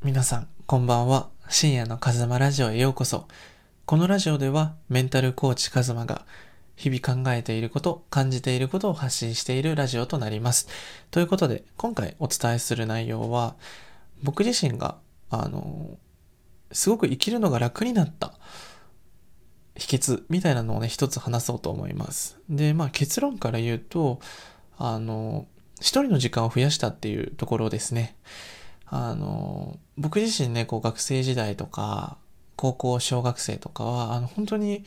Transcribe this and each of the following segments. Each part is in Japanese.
皆さん、こんばんは。深夜のカズマラジオへようこそ。このラジオでは、メンタルコーチカズマが、日々考えていること、感じていることを発信しているラジオとなります。ということで、今回お伝えする内容は、僕自身が、すごく生きるのが楽になった秘訣みたいなのをね、一つ話そうと思います。で、結論から言うと、一人の時間を増やしたっていうところですね。僕自身ね、学生時代とか、高校、小学生とかは、本当に、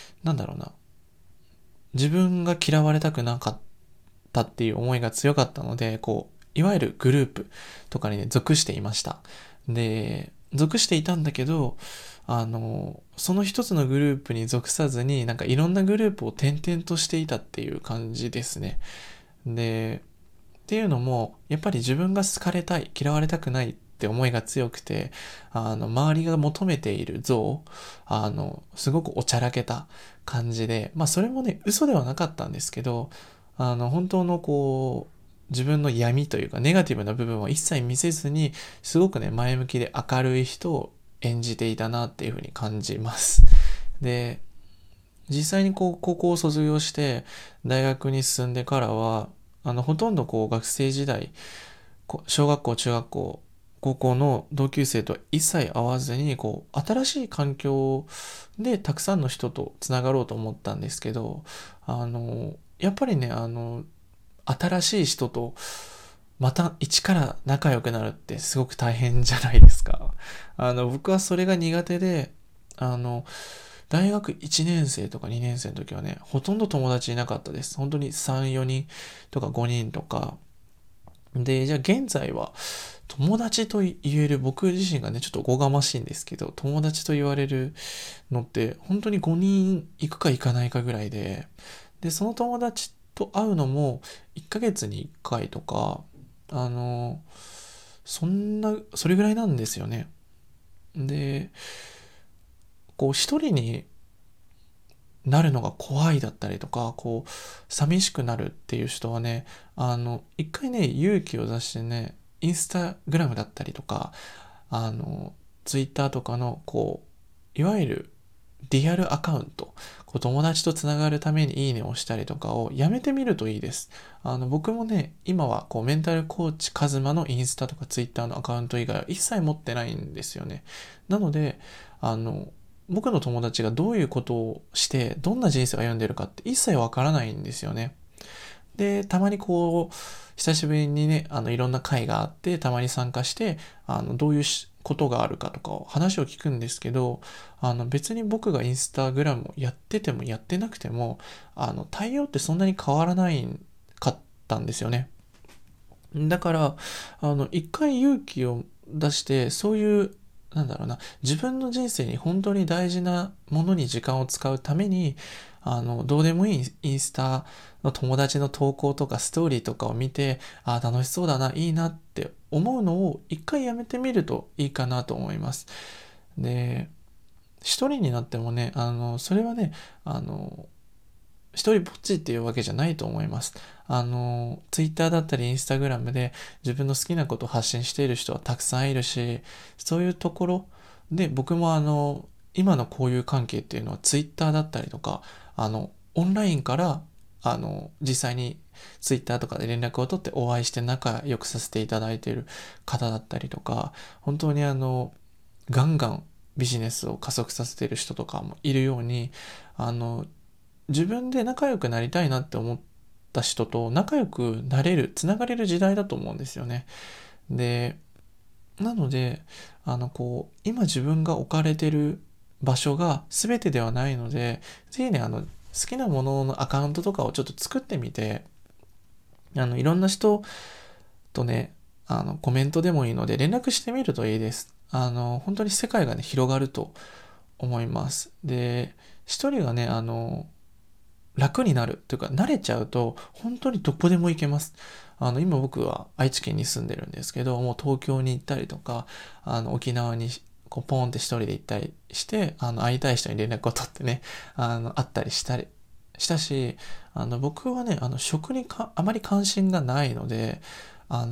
自分が嫌われたくなかったっていう思いが強かったので、いわゆるグループとかにね、属していました。で、属していたんだけど、その一つのグループに属さずに、いろんなグループを転々としていたっていう感じですね。で、っていうのも、やっぱり自分が好かれたい、嫌われたくないって思いが強くて、周りが求めている像、すごくおちゃらけた感じで、それもね、嘘ではなかったんですけど、本当の自分の闇というか、ネガティブな部分は一切見せずに、すごくね、前向きで明るい人を演じていたなっていうふうに感じます。で、実際に高校を卒業して大学に進んでからは、ほとんど学生時代、小学校、中学校、高校の同級生とは一切会わずに、新しい環境でたくさんの人とつながろうと思ったんですけど、やっぱりね、新しい人とまた一から仲良くなるってすごく大変じゃないですか。僕はそれが苦手で、大学1年生とか2年生の時はね、ほとんど友達いなかったです。本当に3、4人とか5人とか。で、じゃあ現在は友達と言える僕自身がね、ちょっとおこがましいんですけど、友達と言われるのって本当に5人行くか行かないかぐらいで、その友達と会うのも1ヶ月に1回とか、あの、それぐらいなんですよね。で、一人になるのが怖いだったりとか、寂しくなるっていう人はね、一回ね、勇気を出してね、インスタグラムだったりとか、あの、ツイッターとかの、いわゆるリアルアカウント、友達とつながるためにいいねをしたりとかをやめてみるといいです。僕もね、今はメンタルコーチカズマのインスタとかツイッターのアカウント以外は一切持ってないんですよね。なので、あの、僕の友達がどういうことをして、どんな人生を歩んでるかって一切わからないんですよね。で、たまに久しぶりにね、いろんな会があって、たまに参加して、どういうことがあるかとかを話を聞くんですけど、別に僕がインスタグラムをやっててもやってなくても、対応ってそんなに変わらないかったんですよね。だから、一回勇気を出して、そういう、自分の人生に本当に大事なものに時間を使うために、どうでもいいインスタの友達の投稿とかストーリーとかを見て、楽しそうだな、いいなって思うのを一回やめてみるといいかなと思います。で、一人になってもね、それはね、あの、一人ぼっちっていうわけじゃないと思います。ツイッターだったりインスタグラムで自分の好きなことを発信している人はたくさんいるし、そういうところで僕も今の交友関係っていうのはツイッターだったりとか、オンラインから、実際にツイッターとかで連絡を取ってお会いして仲良くさせていただいている方だったりとか、本当にガンガンビジネスを加速させている人とかもいるように、あの、自分で仲良くなりたいなって思った人と仲良くなれる、つながれる時代だと思うんですよね。で、なので、今自分が置かれてる場所が全てではないので、ぜひね、好きなもののアカウントとかをちょっと作ってみて、いろんな人とね、コメントでもいいので連絡してみるといいです。本当に世界がね、広がると思います。で、一人がね、楽になるというか慣れちゃうと本当にどこでも行けます。今僕は愛知県に住んでるんですけど、もう東京に行ったりとか、沖縄にポーンって一人で行ったりして、会いたい人に連絡を取ってね、会ったりしたし、僕はね、食にあまり関心がないので、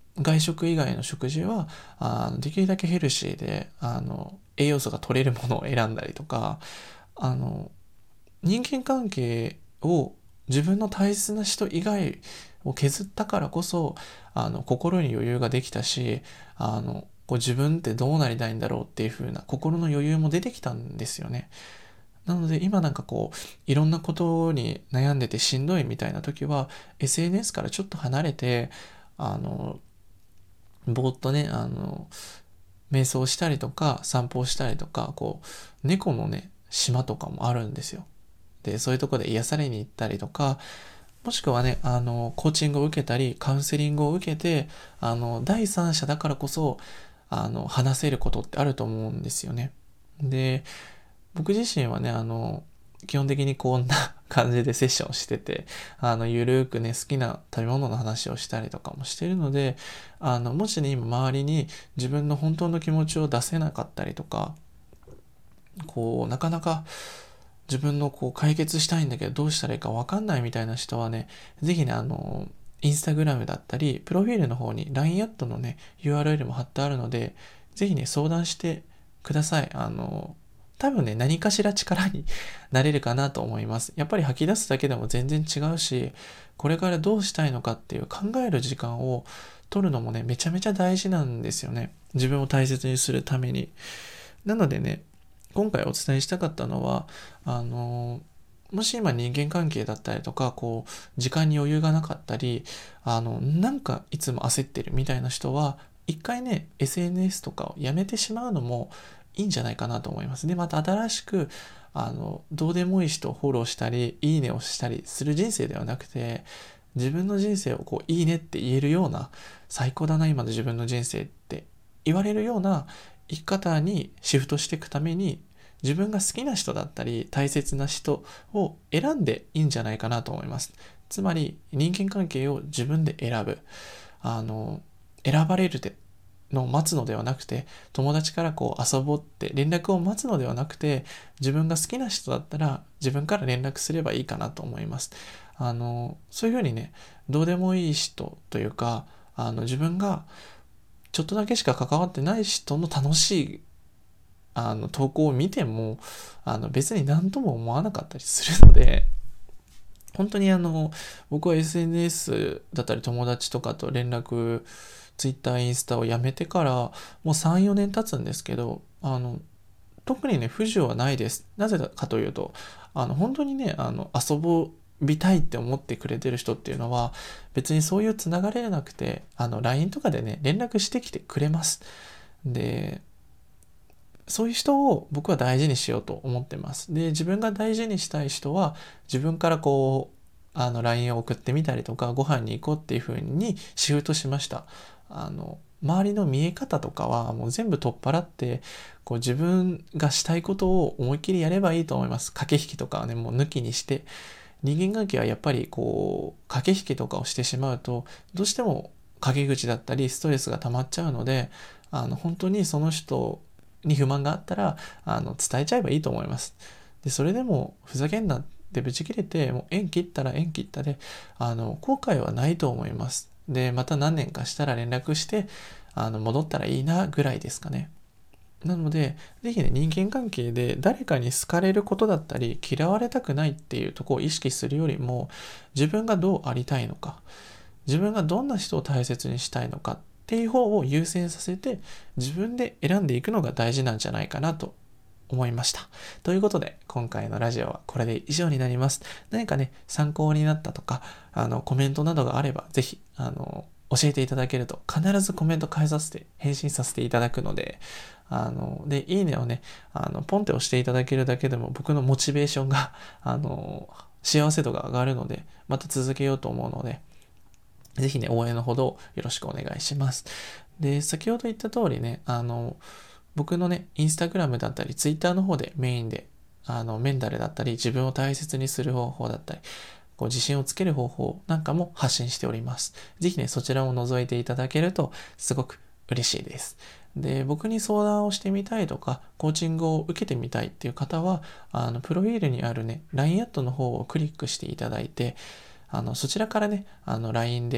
外食以外の食事はできるだけヘルシーで栄養素が取れるものを選んだりとか、人間関係を自分の大切な人以外を削ったからこそ心に余裕ができたし、こう自分ってどうなりたいんだろうっていう風な心の余裕も出てきたんですよね。なので今なんかこういろんなことに悩んでてしんどいみたいな時は SNS からちょっと離れてぼーっとね瞑想したりとか散歩をしたりとか、こう猫のね島とかもあるんですよ。でそういうとこで癒されに行ったりとか、もしくはねコーチングを受けたりカウンセリングを受けて第三者だからこそ話せることってあると思うんですよね。で僕自身はね基本的にこんな感じでセッションしててゆるーくね好きな食べ物の話をしたりとかもしてるのでもしね今周りに自分の本当の気持ちを出せなかったりとか、こうなかなか自分のこう解決したいんだけどどうしたらいいか分かんないみたいな人はね、ぜひねインスタグラムだったりプロフィールの方に LINE アットのね URL も貼ってあるので、ぜひね相談してください。多分ね何かしら力になれるかなと思います。やっぱり吐き出すだけでも全然違うし、これからどうしたいのかっていう考える時間を取るのもねめちゃめちゃ大事なんですよね。自分を大切にするために。なのでね、今回お伝えしたかったのはもし今人間関係だったりとかこう時間に余裕がなかったりなんかいつも焦ってるみたいな人は一回ね SNS とかをやめてしまうのもいいんじゃないかなと思います。でまた新しくどうでもいい人をフォローしたりいいねをしたりする人生ではなくて、自分の人生をこういいねって言えるような、最高だな今の自分の人生って言われるような生き方にシフトしていくために、自分が好きな人だったり大切な人を選んでいいんじゃないかなと思います。つまり人間関係を自分で選ぶ、選ばれるのを待つのではなくて、友達からこう遊ぼうって連絡を待つのではなくて、自分が好きな人だったら自分から連絡すればいいかなと思います。そういうふうにね、どうでもいい人というか自分がちょっとだけしか関わってない人の楽しい投稿を見ても別に何とも思わなかったりするので、本当に僕は SNS だったり友達とかと連絡、Twitter、インスタをやめてからもう3、4年経つんですけど、特にね不自由はないです。なぜかというと本当にね遊びたいって思ってくれてる人っていうのは別にそういうつながれなくてLINE とかでね連絡してきてくれます。でそういう人を僕は大事にしようと思ってます。で自分が大事にしたい人は自分からこうLINE を送ってみたりとかご飯に行こうっていう風にシフトしました。周りの見え方とかはもう全部取っ払ってこう自分がしたいことを思いっきりやればいいと思います。駆け引きとかはねもう抜きにして、人間関係はやっぱりこう駆け引きとかをしてしまうとどうしても陰口だったりストレスが溜まっちゃうので、本当にその人に不満があったら伝えちゃえばいいと思います。でそれでもふざけんなってブチ切れてもう縁切ったら縁切ったで後悔はないと思います。でまた何年かしたら連絡して戻ったらいいなぐらいですかね。なのでぜひね人間関係で誰かに好かれることだったり嫌われたくないっていうところを意識するよりも、自分がどうありたいのか、自分がどんな人を大切にしたいのかっていう方を優先させて自分で選んでいくのが大事なんじゃないかなと思いました。ということで今回のラジオはこれで以上になります。何かね参考になったとかコメントなどがあればぜひ教えていただけると必ずコメント返信させていただくので、でいいねをねポンって押していただけるだけでも僕のモチベーションが幸せ度が上がるのでまた続けようと思うので、ぜひね応援のほどよろしくお願いします。で先ほど言った通りね僕のねインスタグラムだったりツイッターの方でメインでメンタルだったり自分を大切にする方法だったりこう自信をつける方法なんかも発信しております。ぜひねそちらを覗いていただけるとすごく嬉しいです。で僕に相談をしてみたいとかコーチングを受けてみたいっていう方はプロフィールにあるね LINE アットの方をクリックしていただいてそちらからねLINE で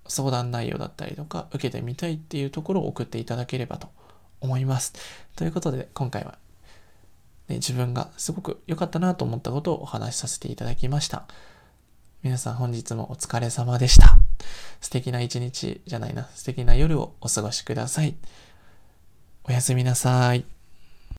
相談内容だったりとか、受けてみたいっていうところを送っていただければと思います。ということで、今回は、自分がすごく良かったなと思ったことをお話しさせていただきました。皆さん本日もお疲れ様でした。素敵な一日じゃないな、素敵な夜をお過ごしください。おやすみなさい。